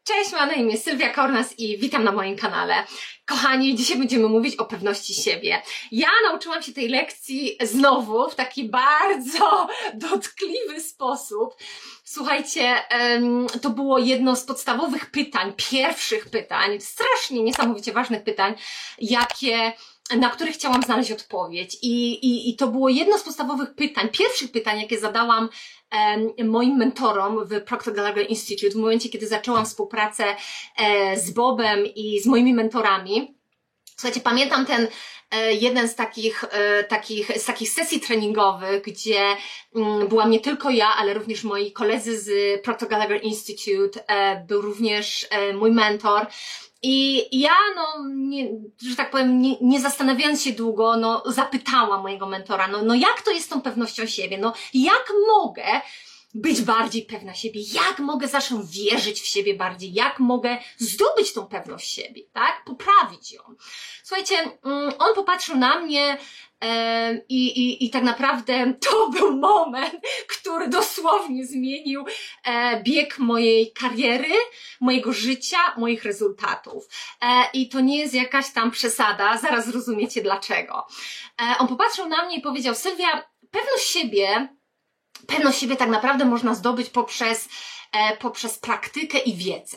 Cześć, mam na imię Sylwia Kornas i witam na moim kanale. Kochani, dzisiaj będziemy mówić o pewności siebie. Ja nauczyłam się tej lekcji znowu w taki bardzo dotkliwy sposób. Słuchajcie, to było jedno z podstawowych pytań, pierwszych pytań, strasznie niesamowicie ważnych pytań, na które chciałam znaleźć odpowiedź. I to było jedno z podstawowych pytań, pierwszych pytań, jakie zadałam moim mentorom w Proctor Gallagher Institute w momencie, kiedy zaczęłam współpracę z Bobem i z moimi mentorami. Słuchajcie, pamiętam ten jeden z takich sesji treningowych, gdzie byłam nie tylko ja, ale również moi koledzy z Proctor Gallagher Institute, był również mój mentor. I ja, że tak powiem, nie zastanawiając się długo, zapytałam mojego mentora, jak to jest z tą pewnością siebie? Jak mogę być bardziej pewna siebie? Jak mogę zacząć wierzyć w siebie bardziej? Jak mogę zdobyć tą pewność siebie, tak? Poprawić ją. Słuchajcie, on popatrzył na mnie i tak naprawdę to był moment, który dosłownie zmienił bieg mojej kariery, mojego życia, moich rezultatów. I to nie jest jakaś tam przesada, zaraz zrozumiecie dlaczego. On popatrzył na mnie i powiedział: Sylwia, pewność siebie tak naprawdę można zdobyć poprzez praktykę i wiedzę.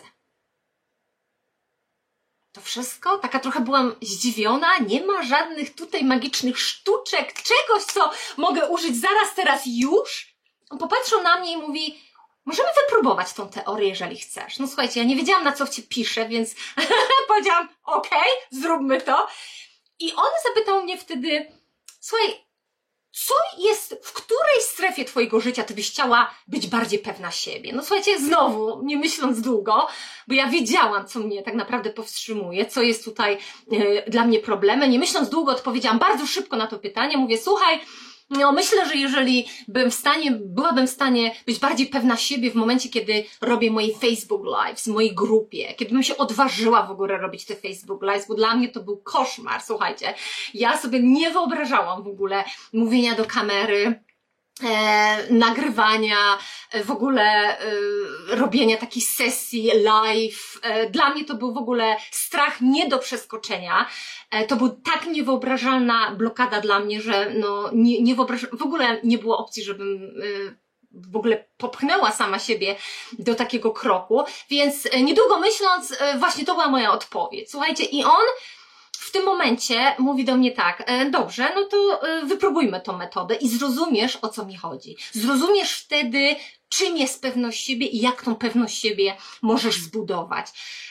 To wszystko? Taka trochę byłam zdziwiona, nie ma żadnych tutaj magicznych sztuczek, czegoś, co mogę użyć zaraz, teraz, już? On popatrzył na mnie i mówi: możemy wypróbować tą teorię, jeżeli chcesz. Słuchajcie, ja nie wiedziałam, na co cię piszę, więc powiedziałam: okej, zróbmy to. I on zapytał mnie wtedy: słuchaj, co jest, w której strefie twojego życia ty byś chciała być bardziej pewna siebie? Słuchajcie, znowu, nie myśląc długo, bo ja wiedziałam, co mnie tak naprawdę powstrzymuje, co jest tutaj dla mnie problemem. Nie myśląc długo, odpowiedziałam bardzo szybko na to pytanie. Mówię: słuchaj, myślę, że jeżeli byłabym w stanie być bardziej pewna siebie w momencie, kiedy robię moje Facebook Lives, w mojej grupie, kiedy bym się odważyła w ogóle robić te Facebook Lives, bo dla mnie to był koszmar, słuchajcie. Ja sobie nie wyobrażałam w ogóle mówienia do kamery, nagrywania, w ogóle robienia takich sesji live. Dla mnie to był w ogóle strach nie do przeskoczenia. To był tak niewyobrażalna blokada dla mnie, że w ogóle nie było opcji, żebym w ogóle popchnęła sama siebie do takiego kroku. Więc niedługo myśląc, właśnie to była moja odpowiedź. Słuchajcie, i on w tym momencie mówi do mnie tak: dobrze, to wypróbujmy tą metodę i zrozumiesz, o co mi chodzi. Zrozumiesz wtedy, czym jest pewność siebie i jak tą pewność siebie możesz zbudować.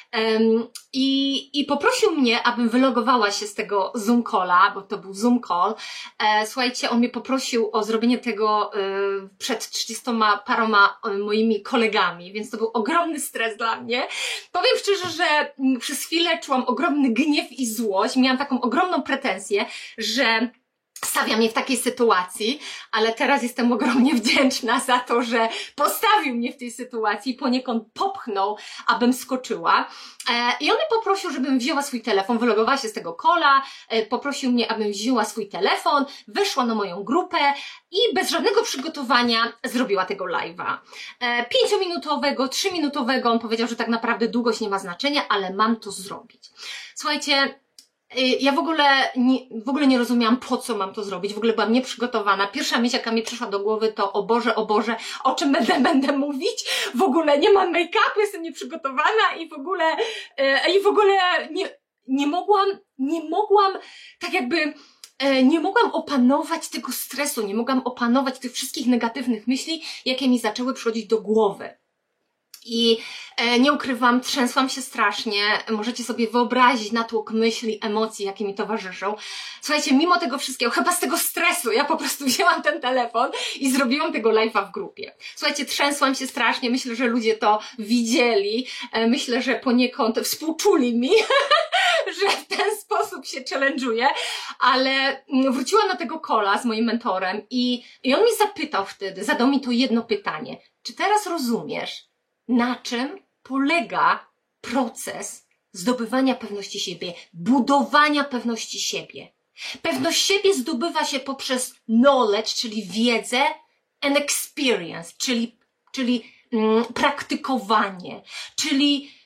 I poprosił mnie, abym wylogowała się z tego Zoom calla, bo to był Zoom call. Słuchajcie, on mnie poprosił o zrobienie tego przed 30 paroma moimi kolegami, więc to był ogromny stres dla mnie. Powiem szczerze, że przez chwilę czułam ogromny gniew i złość, miałam taką ogromną pretensję, że stawia mnie w takiej sytuacji, ale teraz jestem ogromnie wdzięczna za to, że postawił mnie w tej sytuacji, poniekąd popchnął, abym skoczyła. I on mnie poprosił, żebym wzięła swój telefon, wylogowała się z tego calla, poprosił mnie, abym wzięła swój telefon, weszła na moją grupę i bez żadnego przygotowania zrobiła tego live'a. 5-minutowego, 3-minutowego, on powiedział, że tak naprawdę długość nie ma znaczenia, ale mam to zrobić. Słuchajcie, ja w ogóle nie rozumiałam, po co mam to zrobić. W ogóle byłam nieprzygotowana. Pierwsza myśl, jaka mi przyszła do głowy, to: o Boże, o czym będę mówić? W ogóle nie mam make-upu, jestem nieprzygotowana i w ogóle nie mogłam tak jakby, nie mogłam opanować tego stresu, nie mogłam opanować tych wszystkich negatywnych myśli, jakie mi zaczęły przychodzić do głowy. I nie ukrywam, trzęsłam się strasznie. Możecie sobie wyobrazić natłok myśli, emocji, jakie mi towarzyszą. Słuchajcie, mimo tego wszystkiego, chyba z tego stresu, ja po prostu wzięłam ten telefon i zrobiłam tego live'a w grupie. Słuchajcie, trzęsłam się strasznie. Myślę, że ludzie to widzieli. Myślę, że poniekąd współczuli mi, że w ten sposób się challenge'uję. Ale wróciłam do tego calla z moim mentorem i on mi zapytał wtedy, zadał mi to jedno pytanie: czy teraz rozumiesz, na czym polega proces zdobywania pewności siebie, budowania pewności siebie? Pewność siebie zdobywa się poprzez knowledge, czyli wiedzę, and experience, czyli praktykowanie, czyli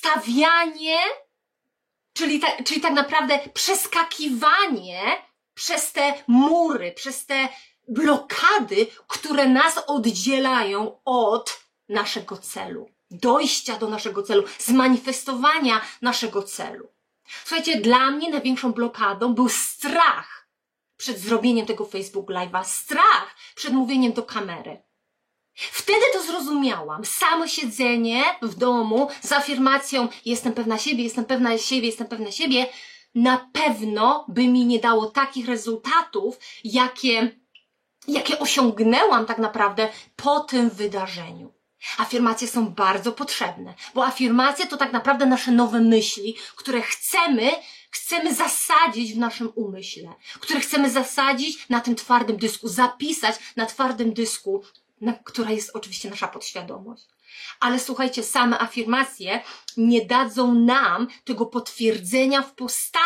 stawianie, czyli tak naprawdę przeskakiwanie przez te mury, przez te blokady, które nas oddzielają od naszego celu, dojścia do naszego celu, zmanifestowania naszego celu. Słuchajcie, dla mnie największą blokadą był strach przed zrobieniem tego Facebook Live'a, strach przed mówieniem do kamery. Wtedy to zrozumiałam. Samo siedzenie w domu z afirmacją jestem pewna siebie, jestem pewna siebie, jestem pewna siebie, na pewno by mi nie dało takich rezultatów, jakie osiągnęłam tak naprawdę po tym wydarzeniu. Afirmacje są bardzo potrzebne, bo afirmacje to tak naprawdę nasze nowe myśli, które chcemy zasadzić w naszym umyśle, które chcemy zasadzić na tym twardym dysku, zapisać na twardym dysku, która jest oczywiście nasza podświadomość. Ale słuchajcie, same afirmacje nie dadzą nam tego potwierdzenia w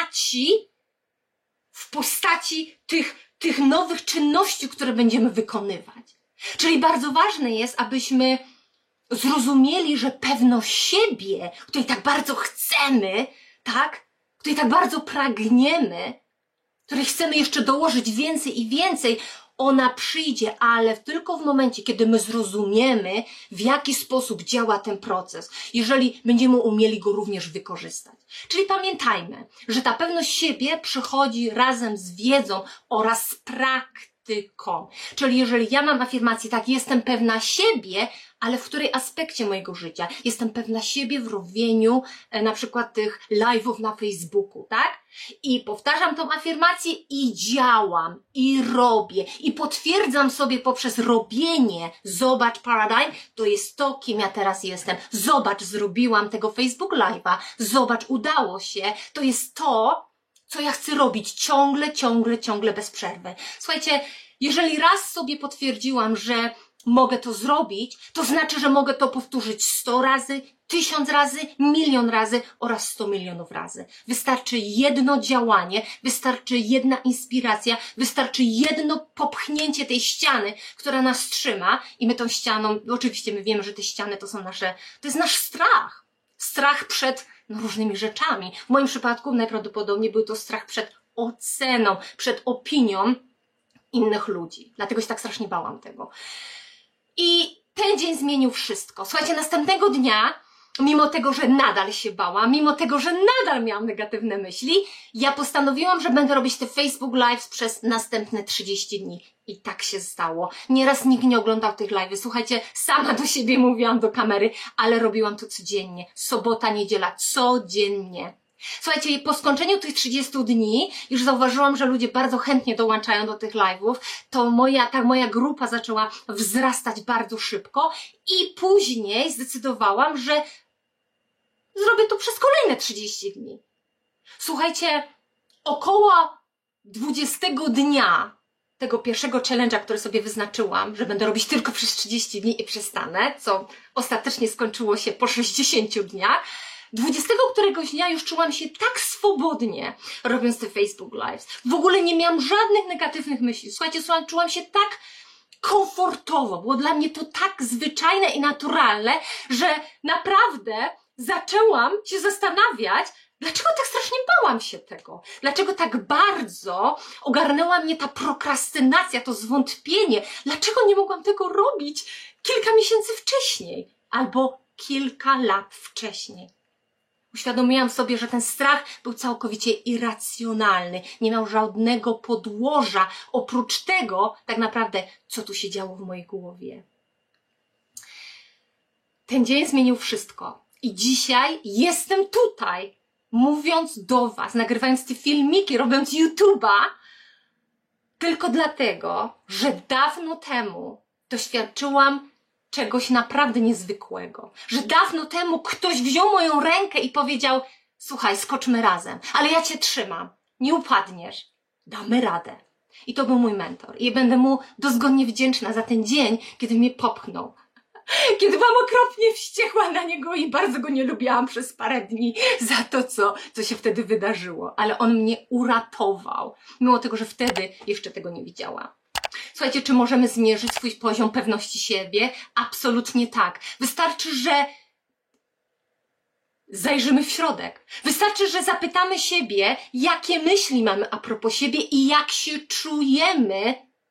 postaci tych nowych czynności, które będziemy wykonywać. Czyli bardzo ważne jest, abyśmy zrozumieli, że pewność siebie, której tak bardzo chcemy, tak? Której tak bardzo pragniemy, której chcemy jeszcze dołożyć więcej i więcej, ona przyjdzie, ale tylko w momencie, kiedy my zrozumiemy, w jaki sposób działa ten proces, jeżeli będziemy umieli go również wykorzystać. Czyli pamiętajmy, że ta pewność siebie przychodzi razem z wiedzą oraz z praktyką. Czyli jeżeli ja mam afirmację, tak, jestem pewna siebie, ale w której aspekcie mojego życia? Jestem pewna siebie w robieniu na przykład tych live'ów na Facebooku, tak? I powtarzam tą afirmację i działam, i robię, i potwierdzam sobie poprzez robienie. Zobacz, Paradigm, to jest to, kim ja teraz jestem. Zobacz, zrobiłam tego Facebook Live'a. Zobacz, udało się. To jest to, co ja chcę robić ciągle, bez przerwy. Słuchajcie, jeżeli raz sobie potwierdziłam, że mogę to zrobić, to znaczy, że mogę to powtórzyć 100 razy, 1000 razy, 1 000 000 razy oraz 100 milionów razy. Wystarczy jedno działanie, wystarczy jedna inspiracja, wystarczy jedno popchnięcie tej ściany, która nas trzyma i my tą ścianą, oczywiście my wiemy, że te ściany to jest nasz strach. Strach przed różnymi rzeczami. W moim przypadku najprawdopodobniej był to strach przed oceną, przed opinią innych ludzi. Dlatego się tak strasznie bałam tego. I ten dzień zmienił wszystko. Słuchajcie, następnego dnia, mimo tego, że nadal się bałam, mimo tego, że nadal miałam negatywne myśli, ja postanowiłam, że będę robić te Facebook Lives przez następne 30 dni. I tak się stało. Nieraz nikt nie oglądał tych live'ów. Słuchajcie, sama do siebie mówiłam do kamery, ale robiłam to codziennie. Sobota, niedziela, codziennie. Słuchajcie, po skończeniu tych 30 dni już zauważyłam, że ludzie bardzo chętnie dołączają do tych live'ów. To moja grupa zaczęła wzrastać bardzo szybko i później zdecydowałam, że zrobię to przez kolejne 30 dni. Słuchajcie, około 20 dnia tego pierwszego challenge'a, który sobie wyznaczyłam, że będę robić tylko przez 30 dni i przestanę, co ostatecznie skończyło się po 60 dniach, 20 któregoś dnia już czułam się tak swobodnie, robiąc te Facebook Lives. W ogóle nie miałam żadnych negatywnych myśli. Słuchajcie, czułam się tak komfortowo. Było dla mnie to tak zwyczajne i naturalne, że naprawdę zaczęłam się zastanawiać, dlaczego tak strasznie bałam się tego? Dlaczego tak bardzo ogarnęła mnie ta prokrastynacja, to zwątpienie? Dlaczego nie mogłam tego robić kilka miesięcy wcześniej? Albo kilka lat wcześniej? Uświadomiłam sobie, że ten strach był całkowicie irracjonalny, nie miał żadnego podłoża, oprócz tego tak naprawdę, co tu się działo w mojej głowie. Ten dzień zmienił wszystko i dzisiaj jestem tutaj, mówiąc do Was, nagrywając te filmiki, robiąc YouTube'a, tylko dlatego, że dawno temu doświadczyłam czegoś naprawdę niezwykłego. Że dawno temu ktoś wziął moją rękę i powiedział: słuchaj, skoczmy razem, ale ja Cię trzymam, nie upadniesz, damy radę. I to był mój mentor. I będę mu dozgonnie wdzięczna za ten dzień, kiedy mnie popchnął. Kiedy byłam okropnie wściekła na niego i bardzo go nie lubiłam przez parę dni za to, co się wtedy wydarzyło. Ale on mnie uratował, mimo tego, że wtedy jeszcze tego nie widziałam. Słuchajcie, czy możemy zmierzyć swój poziom pewności siebie? Absolutnie tak. Wystarczy, że zajrzymy w środek. Wystarczy, że zapytamy siebie, jakie myśli mamy a propos siebie i jak się czujemy,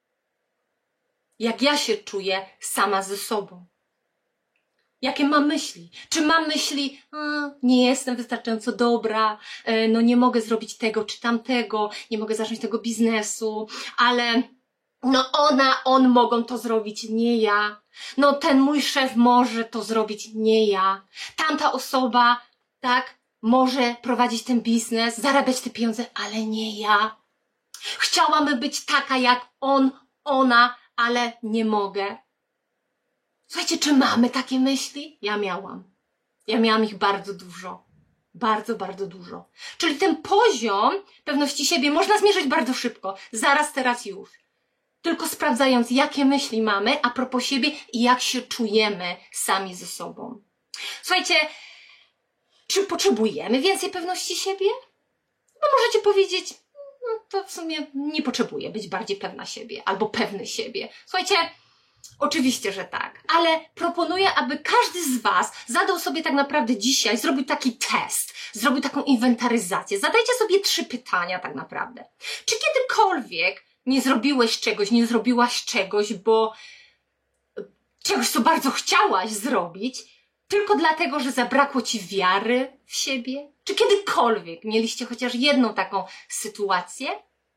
jak ja się czuję sama ze sobą. Jakie mam myśli? Czy mam myśli, nie jestem wystarczająco dobra, no nie mogę zrobić tego czy tamtego, nie mogę zacząć tego biznesu, ale no on mogą to zrobić, nie ja. No ten mój szef może to zrobić, nie ja. Tamta osoba, tak, może prowadzić ten biznes, zarabiać te pieniądze, ale nie ja. Chciałabym być taka jak on, ona, ale nie mogę. Słuchajcie, czy mamy takie myśli? Ja miałam. Ja miałam ich bardzo dużo. Bardzo, bardzo dużo. Czyli ten poziom pewności siebie można zmierzyć bardzo szybko. Zaraz, teraz, już. Tylko sprawdzając, jakie myśli mamy a propos siebie i jak się czujemy sami ze sobą. Słuchajcie, czy potrzebujemy więcej pewności siebie? No możecie powiedzieć, no to w sumie nie potrzebuję być bardziej pewna siebie albo pewny siebie. Słuchajcie, oczywiście, że tak, ale proponuję, aby każdy z Was zadał sobie tak naprawdę dzisiaj, zrobił taki test, zrobił taką inwentaryzację. Zadajcie sobie 3 pytania tak naprawdę. Czy kiedykolwiek nie zrobiłeś czegoś, nie zrobiłaś czegoś, bo czegoś, co bardzo chciałaś zrobić, tylko dlatego, że zabrakło Ci wiary w siebie? Czy kiedykolwiek mieliście chociaż jedną taką sytuację?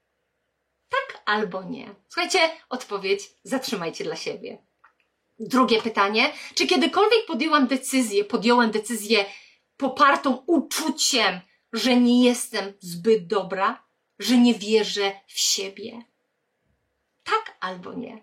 Tak albo nie. Słuchajcie, odpowiedź zatrzymajcie dla siebie. Drugie pytanie. Czy kiedykolwiek podjąłem decyzję popartą uczuciem, że nie jestem zbyt dobra, że nie wierzę w siebie? Tak albo nie.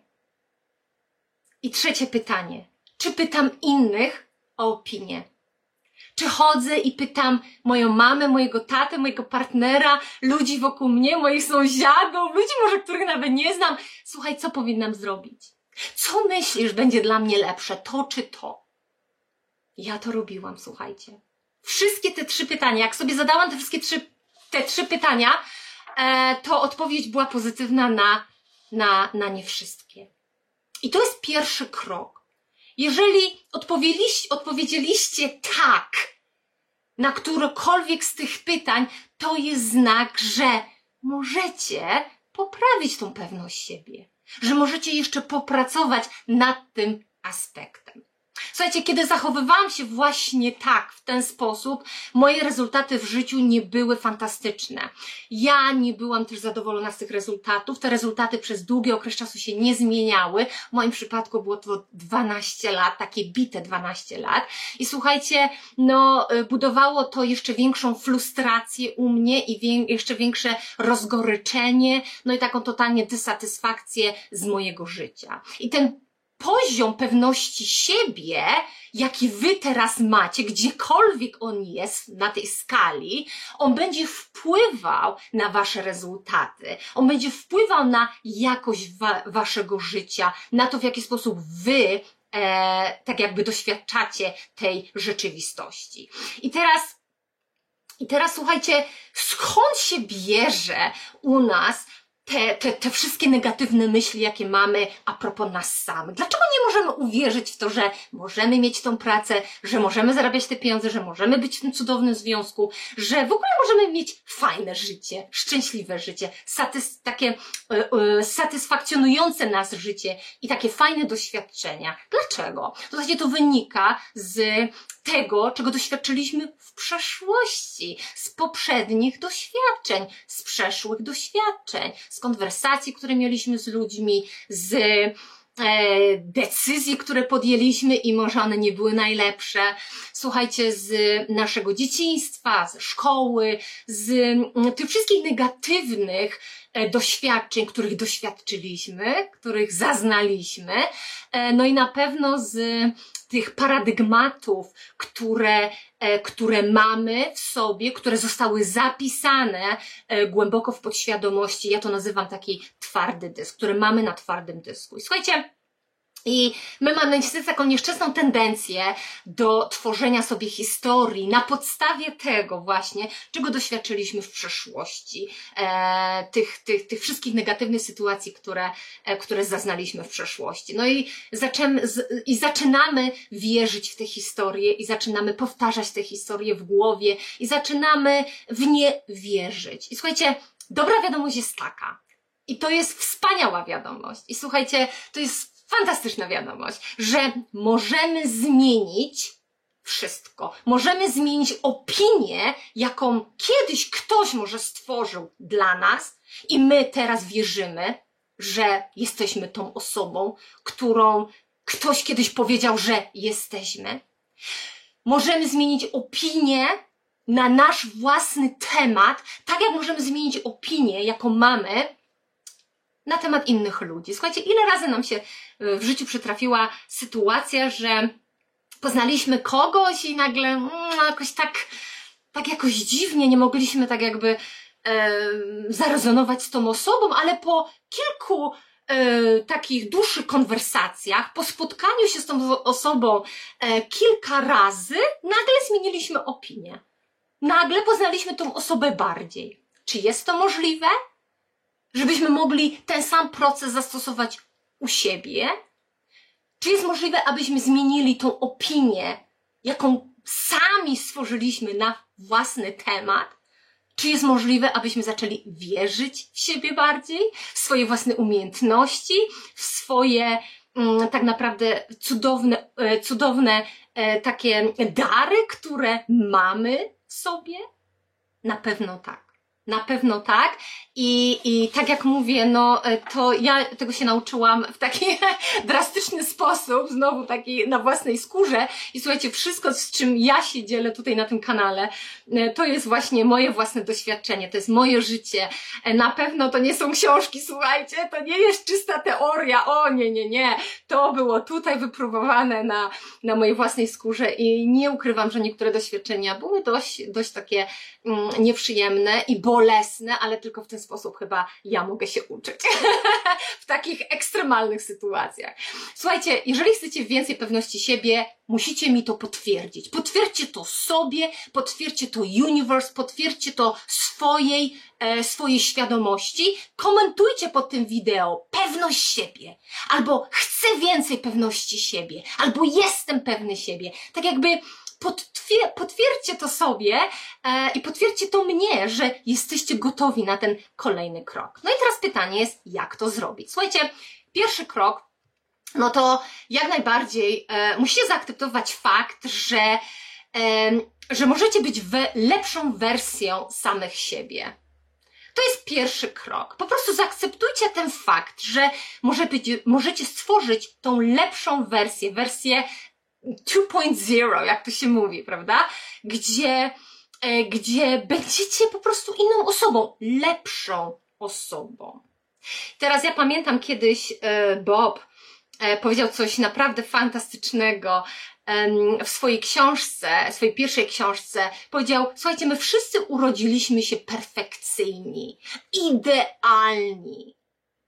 I trzecie pytanie. Czy pytam innych o opinię? Czy chodzę i pytam moją mamę, mojego tatę, mojego partnera, ludzi wokół mnie, moich sąsiadów, ludzi może, których nawet nie znam. Słuchaj, co powinnam zrobić? Co myślisz będzie dla mnie lepsze, to czy to? Ja to robiłam, słuchajcie. Wszystkie te 3 pytania, jak sobie zadałam te trzy pytania, to odpowiedź była pozytywna na nie wszystkie. I to jest pierwszy krok. Jeżeli odpowiedzieliście tak na którekolwiek z tych pytań, to jest znak, że możecie poprawić tą pewność siebie, że możecie jeszcze popracować nad tym aspektem. Słuchajcie, kiedy zachowywałam się właśnie tak, w ten sposób, moje rezultaty w życiu nie były fantastyczne. Ja nie byłam też zadowolona z tych rezultatów. Te rezultaty przez długi okres czasu się nie zmieniały. W moim przypadku było to 12 lat, takie bite 12 lat. I słuchajcie, no, budowało to jeszcze większą frustrację u mnie i jeszcze większe rozgoryczenie, no i taką totalnie dysatysfakcję z mojego życia. I ten poziom pewności siebie, jaki wy teraz macie, gdziekolwiek on jest na tej skali, on będzie wpływał na wasze rezultaty. On będzie wpływał na jakość waszego życia, na to, w jaki sposób wy tak jakby doświadczacie tej rzeczywistości. I teraz słuchajcie, skąd się bierze u nas te wszystkie negatywne myśli, jakie mamy a propos nas samych. Dlaczego nie możemy uwierzyć w to, że możemy mieć tą pracę, że możemy zarabiać te pieniądze, że możemy być w tym cudownym związku, że w ogóle możemy mieć fajne życie, szczęśliwe życie, takie satysfakcjonujące nas życie i takie fajne doświadczenia. Dlaczego? W zasadzie to wynika z tego, czego doświadczyliśmy w przeszłości, z poprzednich doświadczeń, z przeszłych doświadczeń, z konwersacji, które mieliśmy z ludźmi, z decyzji, które podjęliśmy i może one nie były najlepsze. Słuchajcie, z naszego dzieciństwa, ze szkoły, z tych wszystkich negatywnych doświadczeń, których doświadczyliśmy, których zaznaliśmy, no i na pewno z tych paradygmatów, które mamy w sobie, które zostały zapisane głęboko w podświadomości. Ja to nazywam taki twardy dysk, który mamy na twardym dysku. I słuchajcie, I my mamy niestety taką nieszczęsną tendencję do tworzenia sobie historii na podstawie tego właśnie, czego doświadczyliśmy w przeszłości, tych wszystkich negatywnych sytuacji, które zaznaliśmy w przeszłości. No i zaczynamy wierzyć w te historie i zaczynamy powtarzać te historie w głowie i zaczynamy w nie wierzyć. I słuchajcie, dobra wiadomość jest taka. I to jest wspaniała wiadomość. I słuchajcie, to jest fantastyczna wiadomość, że możemy zmienić wszystko. Możemy zmienić opinię, jaką kiedyś ktoś może stworzył dla nas i my teraz wierzymy, że jesteśmy tą osobą, którą ktoś kiedyś powiedział, że jesteśmy. Możemy zmienić opinię na nasz własny temat, tak jak możemy zmienić opinię, jaką mamy na temat innych ludzi. Słuchajcie, ile razy nam się w życiu przytrafiła sytuacja, że poznaliśmy kogoś i nagle jakoś tak jakoś dziwnie nie mogliśmy tak jakby zarezonować z tą osobą, ale po kilku takich dłuższych konwersacjach, po spotkaniu się z tą osobą kilka razy, nagle zmieniliśmy opinię. Nagle poznaliśmy tą osobę bardziej. Czy jest to możliwe? Żebyśmy mogli ten sam proces zastosować u siebie? Czy jest możliwe, abyśmy zmienili tą opinię, jaką sami stworzyliśmy na własny temat? Czy jest możliwe, abyśmy zaczęli wierzyć w siebie bardziej, w swoje własne umiejętności, w swoje tak naprawdę cudowne takie dary, które mamy w sobie? Na pewno tak. Na pewno tak. I tak jak mówię, no to ja tego się nauczyłam w taki drastyczny sposób, znowu taki na własnej skórze. I słuchajcie, wszystko, z czym ja się dzielę tutaj na tym kanale, to jest właśnie moje własne doświadczenie, to jest moje życie. Na pewno to nie są książki, słuchajcie, to nie jest czysta teoria, o nie. To było tutaj wypróbowane na mojej własnej skórze i nie ukrywam, że niektóre doświadczenia były dość takie nieprzyjemne i bolesne, ale tylko w ten sposób chyba ja mogę się uczyć w takich ekstremalnych sytuacjach. Słuchajcie, jeżeli chcecie więcej pewności siebie, musicie mi to potwierdzić. Potwierdźcie to sobie, potwierdźcie to universe, potwierdźcie to swojej świadomości. Komentujcie pod tym wideo pewność siebie, albo chcę więcej pewności siebie, albo jestem pewny siebie. Tak jakby potwierdźcie to sobie i potwierdźcie to mnie, że jesteście gotowi na ten kolejny krok. No i teraz pytanie jest, jak to zrobić? Słuchajcie, pierwszy krok, no to jak najbardziej musicie zaakceptować fakt, że możecie być lepszą wersją samych siebie. To jest pierwszy krok. Po prostu zaakceptujcie ten fakt, że możecie stworzyć tą lepszą wersję 2.0, jak to się mówi, prawda? Gdzie będziecie po prostu inną osobą, lepszą osobą. Teraz ja pamiętam kiedyś Bob powiedział coś naprawdę fantastycznego w swojej książce, swojej pierwszej książce. Powiedział, słuchajcie, my wszyscy urodziliśmy się perfekcyjni, idealni.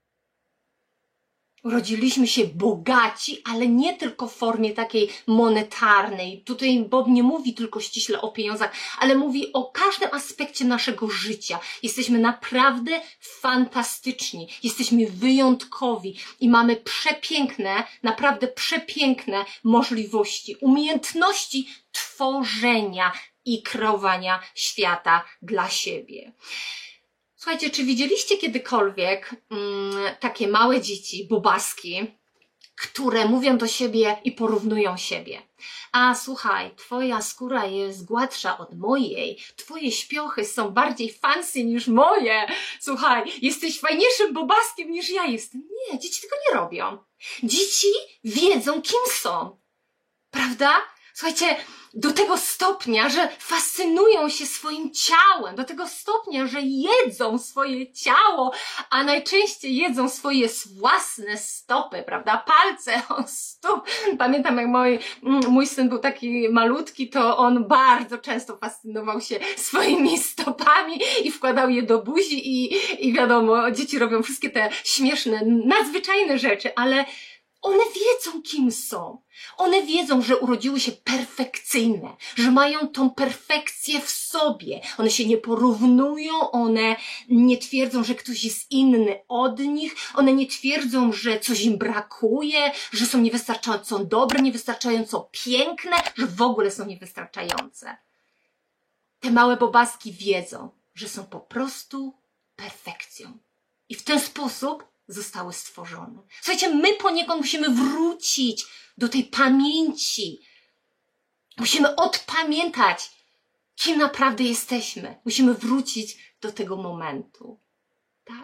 Urodziliśmy się bogaci, ale nie tylko w formie takiej monetarnej. Tutaj Bob nie mówi tylko ściśle o pieniądzach, ale mówi o każdym aspekcie naszego życia. Jesteśmy naprawdę fantastyczni, jesteśmy wyjątkowi i mamy przepiękne, naprawdę przepiękne możliwości, umiejętności tworzenia i kreowania świata dla siebie. Słuchajcie, czy widzieliście kiedykolwiek takie małe dzieci, bobaski, które mówią do siebie i porównują siebie? A słuchaj, twoja skóra jest gładsza od mojej, twoje śpiochy są bardziej fancy niż moje. Słuchaj, jesteś fajniejszym bobaskiem niż ja jestem. Nie, dzieci tego nie robią. Dzieci wiedzą, kim są. Prawda? Słuchajcie, do tego stopnia, że fascynują się swoim ciałem, do tego stopnia, że jedzą swoje ciało, a najczęściej jedzą swoje własne stopy, prawda? Palce od stóp. Pamiętam, jak mój syn był taki malutki, to on bardzo często fascynował się swoimi stopami i wkładał je do buzi i wiadomo, dzieci robią wszystkie te śmieszne, nadzwyczajne rzeczy, ale One wiedzą, kim są. One wiedzą, że urodziły się perfekcyjne, że mają tą perfekcję w sobie. One się nie porównują, one nie twierdzą, że ktoś jest inny od nich, one nie twierdzą, że coś im brakuje, że są niewystarczająco dobre, niewystarczająco piękne, że w ogóle są niewystarczające. Te małe bobaski wiedzą, że są po prostu perfekcją. I w ten sposób zostały stworzone. Słuchajcie, my poniekąd musimy wrócić do tej pamięci. Musimy odpamiętać, kim naprawdę jesteśmy. Musimy wrócić do tego momentu. Tak?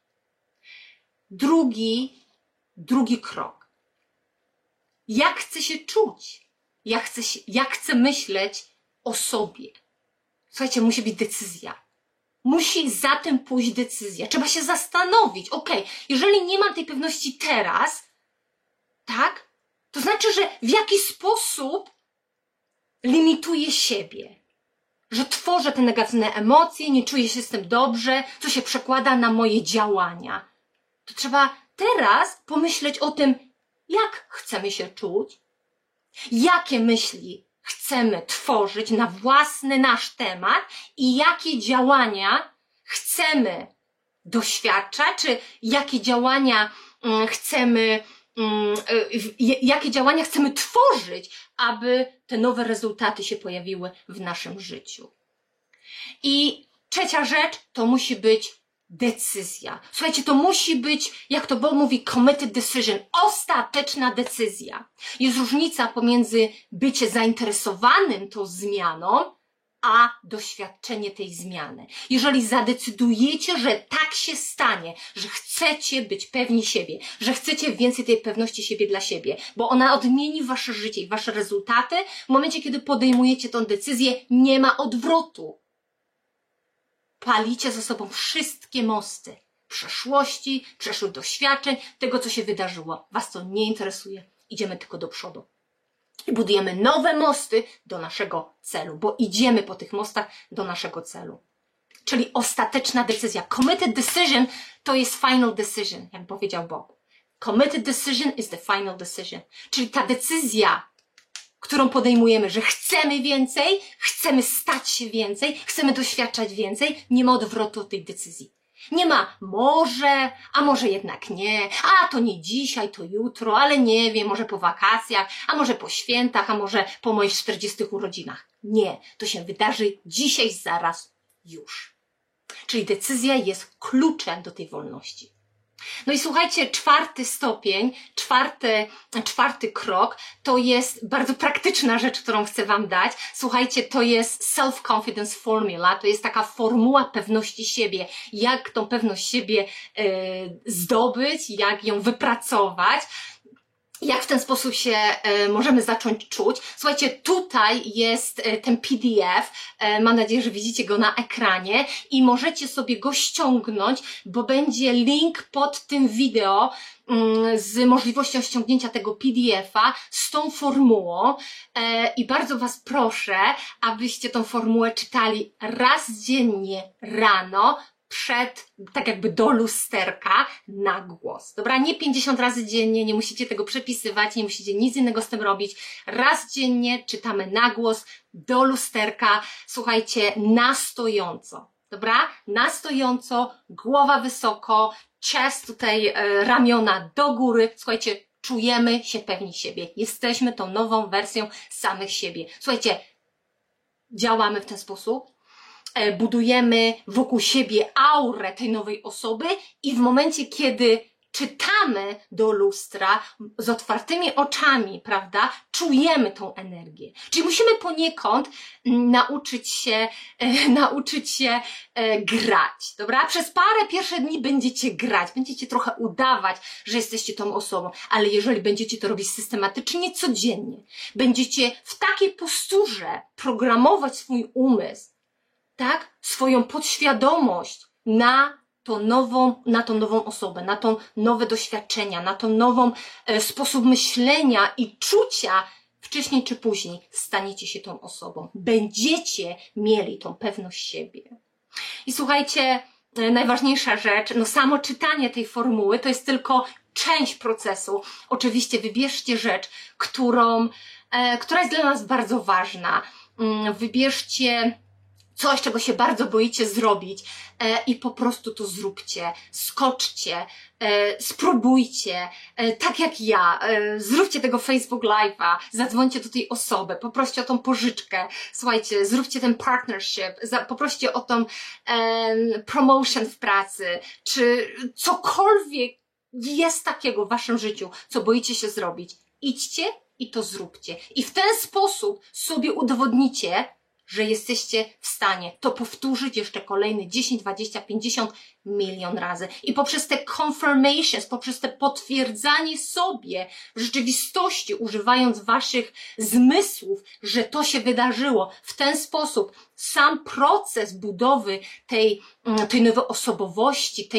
Drugi krok. Jak chcę się czuć? Jak chcę myśleć o sobie? Słuchajcie, musi być decyzja. Musi za tym pójść decyzja. Trzeba się zastanowić. Jeżeli nie mam tej pewności teraz, tak? To znaczy, że w jaki sposób limituję siebie. Że tworzę te negatywne emocje, nie czuję się z tym dobrze, co się przekłada na moje działania. To trzeba teraz pomyśleć o tym, jak chcemy się czuć, jakie myśli chcemy tworzyć na własny nasz temat i jakie działania chcemy doświadczać, czy jakie działania chcemy tworzyć, aby te nowe rezultaty się pojawiły w naszym życiu. I trzecia rzecz to musi być decyzja. Słuchajcie, to musi być, jak to Bob mówi, committed decision, ostateczna decyzja. Jest różnica pomiędzy bycie zainteresowanym tą zmianą, a doświadczenie tej zmiany. Jeżeli zadecydujecie, że tak się stanie, że chcecie być pewni siebie, że chcecie więcej tej pewności siebie dla siebie, bo ona odmieni wasze życie i wasze rezultaty, w momencie, kiedy podejmujecie tę decyzję, nie ma odwrotu. Palicie ze sobą wszystkie mosty przeszłości, przeszłych doświadczeń, tego, co się wydarzyło. Was to nie interesuje. Idziemy tylko do przodu. I budujemy nowe mosty do naszego celu, bo idziemy po tych mostach do naszego celu. Czyli ostateczna decyzja. Committed decision to jest final decision, jak powiedział Bob. Committed decision is the final decision. Czyli ta decyzja, którą podejmujemy, że chcemy więcej, chcemy stać się więcej, chcemy doświadczać więcej, nie ma odwrotu od tej decyzji. Nie ma może, a może jednak nie, a to nie dzisiaj, to jutro, ale nie wiem, może po wakacjach, a może po świętach, a może po moich 40 urodzinach. Nie, to się wydarzy dzisiaj, zaraz, już. Czyli decyzja jest kluczem do tej wolności. No i słuchajcie, czwarty stopień, czwarty krok, to jest bardzo praktyczna rzecz, którą chcę wam dać. Słuchajcie, to jest self-confidence formula, to jest taka formuła pewności siebie. Jak tą pewność siebie zdobyć, jak ją wypracować. Jak w ten sposób się możemy zacząć czuć? Słuchajcie, tutaj jest ten PDF, mam nadzieję, że widzicie go na ekranie i możecie sobie go ściągnąć, bo będzie link pod tym wideo z możliwością ściągnięcia tego PDF-a z tą formułą i bardzo was proszę, abyście tą formułę czytali raz dziennie rano, tak jakby do lusterka na głos. Dobra? Nie 50 razy dziennie, nie musicie tego przepisywać, nie musicie nic innego z tym robić. Raz dziennie czytamy na głos do lusterka. Słuchajcie, na stojąco. Dobra? Na stojąco, głowa wysoko, chest tutaj, ramiona do góry. Słuchajcie, czujemy się pewni siebie. Jesteśmy tą nową wersją samych siebie. Słuchajcie, działamy w ten sposób. Budujemy wokół siebie aurę tej nowej osoby i w momencie, kiedy czytamy do lustra z otwartymi oczami, prawda, czujemy tą energię. Czyli musimy poniekąd nauczyć się grać, dobra? Przez parę pierwszych dni będziecie grać, będziecie trochę udawać, że jesteście tą osobą, ale jeżeli będziecie to robić systematycznie, codziennie, będziecie w takiej posturze programować swój umysł, tak? Swoją podświadomość na tą nową osobę, na tą nowe doświadczenia, na tą nową sposób myślenia i czucia, wcześniej czy później staniecie się tą osobą. Będziecie mieli tą pewność siebie. I słuchajcie, najważniejsza rzecz, no samo czytanie tej formuły to jest tylko część procesu. Oczywiście wybierzcie rzecz, która jest dla nas bardzo ważna. Wybierzcie coś, czego się bardzo boicie zrobić i po prostu to zróbcie. Skoczcie, spróbujcie, tak jak ja, zróbcie tego Facebook Live'a, zadzwońcie do tej osoby, poproście o tą pożyczkę, słuchajcie, zróbcie ten partnership, poproście o tą promotion w pracy, czy cokolwiek jest takiego w waszym życiu, co boicie się zrobić. Idźcie i to zróbcie. I w ten sposób sobie udowodnicie, że jesteście w stanie to powtórzyć jeszcze kolejny 10, 20, 50 milion razy. I poprzez te confirmations, poprzez te potwierdzanie sobie w rzeczywistości, używając waszych zmysłów, że to się wydarzyło, w ten sposób sam proces budowy tej nowej osobowości,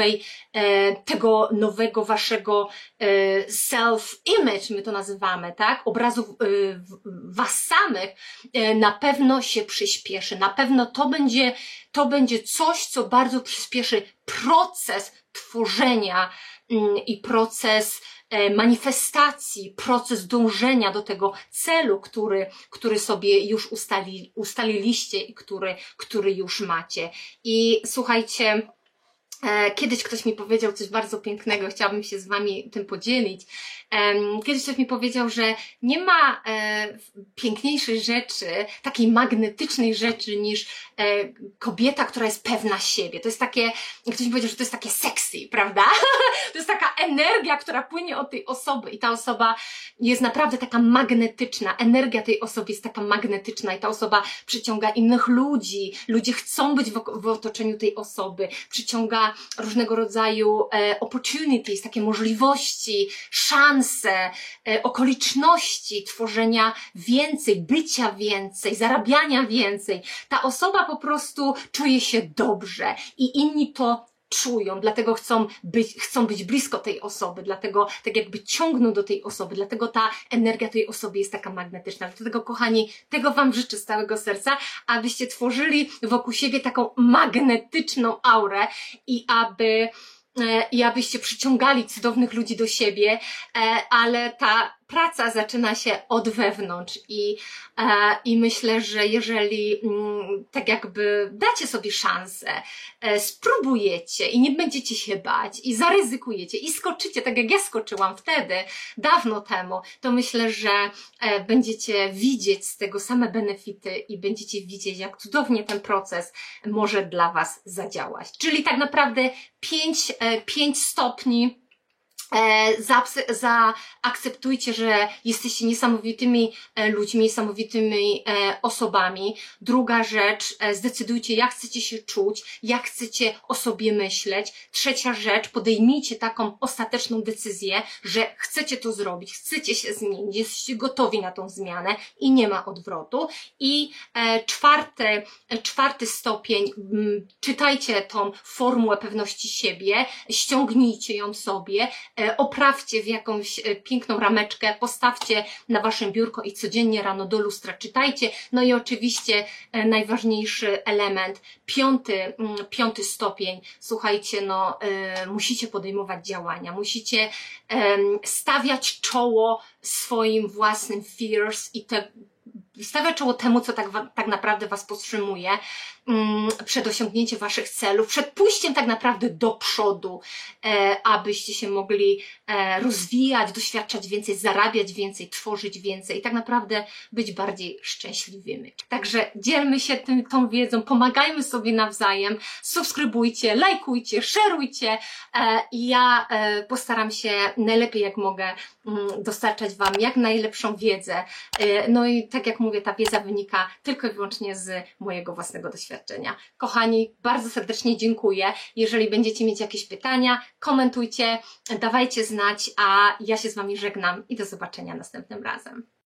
tego nowego waszego self-image, my to nazywamy, tak? Obrazu was samych, na pewno się przyspieszy. Na pewno to będzie coś, co bardzo przyspieszy proces tworzenia i proces manifestacji, proces dążenia do tego celu, który sobie już ustaliliście i który już macie. I słuchajcie, kiedyś ktoś mi powiedział coś bardzo pięknego, chciałabym się z wami tym podzielić. Kiedyś ktoś mi powiedział, że nie ma piękniejszej rzeczy, takiej magnetycznej rzeczy niż kobieta, która jest pewna siebie. To jest takie, ktoś mi powiedział, że to jest takie sexy, prawda? To jest taka energia, która płynie od tej osoby i ta osoba jest naprawdę taka magnetyczna. Energia tej osoby jest taka magnetyczna i ta osoba przyciąga innych ludzi. Ludzie chcą być w otoczeniu tej osoby. Przyciąga różnego rodzaju opportunities, takie możliwości, szanse, okoliczności tworzenia więcej, bycia więcej, zarabiania więcej. Ta osoba po prostu czuje się dobrze i inni to czują, dlatego chcą być blisko tej osoby, dlatego tak jakby ciągną do tej osoby, dlatego ta energia tej osoby jest taka magnetyczna. Dlatego, kochani, tego wam życzę z całego serca, abyście tworzyli wokół siebie taką magnetyczną aurę i abyście przyciągali cudownych ludzi do siebie, ale ta praca zaczyna się od wewnątrz i myślę, że jeżeli tak jakby dacie sobie szansę, spróbujecie i nie będziecie się bać i zaryzykujecie i skoczycie, tak jak ja skoczyłam wtedy, dawno temu, to myślę, że będziecie widzieć z tego same benefity i będziecie widzieć, jak cudownie ten proces może dla was zadziałać. Czyli tak naprawdę 5 stopni. Zaakceptujcie, że jesteście niesamowitymi ludźmi, niesamowitymi osobami. Druga rzecz, zdecydujcie, jak chcecie się czuć, jak chcecie o sobie myśleć. Trzecia rzecz, podejmijcie taką ostateczną decyzję, że chcecie to zrobić, chcecie się zmienić, jesteście gotowi na tą zmianę i nie ma odwrotu. I czwarty stopień, czytajcie tą formułę pewności siebie, ściągnijcie ją sobie, oprawcie w jakąś piękną rameczkę, postawcie na waszym biurko i codziennie rano do lustra czytajcie. No i oczywiście najważniejszy element, piąty stopień, słuchajcie, musicie podejmować działania, musicie stawiać czoło swoim własnym fears i stawiać czoło temu, co tak naprawdę was powstrzymuje przed osiągnięciem waszych celów, przed pójściem tak naprawdę do przodu, abyście się mogli rozwijać, doświadczać więcej, zarabiać więcej, tworzyć więcej i tak naprawdę być bardziej szczęśliwymi. Także dzielmy się tą wiedzą, pomagajmy sobie nawzajem, subskrybujcie, lajkujcie, szerujcie i ja postaram się najlepiej jak mogę dostarczać wam jak najlepszą wiedzę. No i tak jak mówię, ta wiedza wynika tylko i wyłącznie z mojego własnego doświadczenia. Kochani, bardzo serdecznie dziękuję. Jeżeli będziecie mieć jakieś pytania, komentujcie, dawajcie znać, a ja się z wami żegnam i do zobaczenia następnym razem.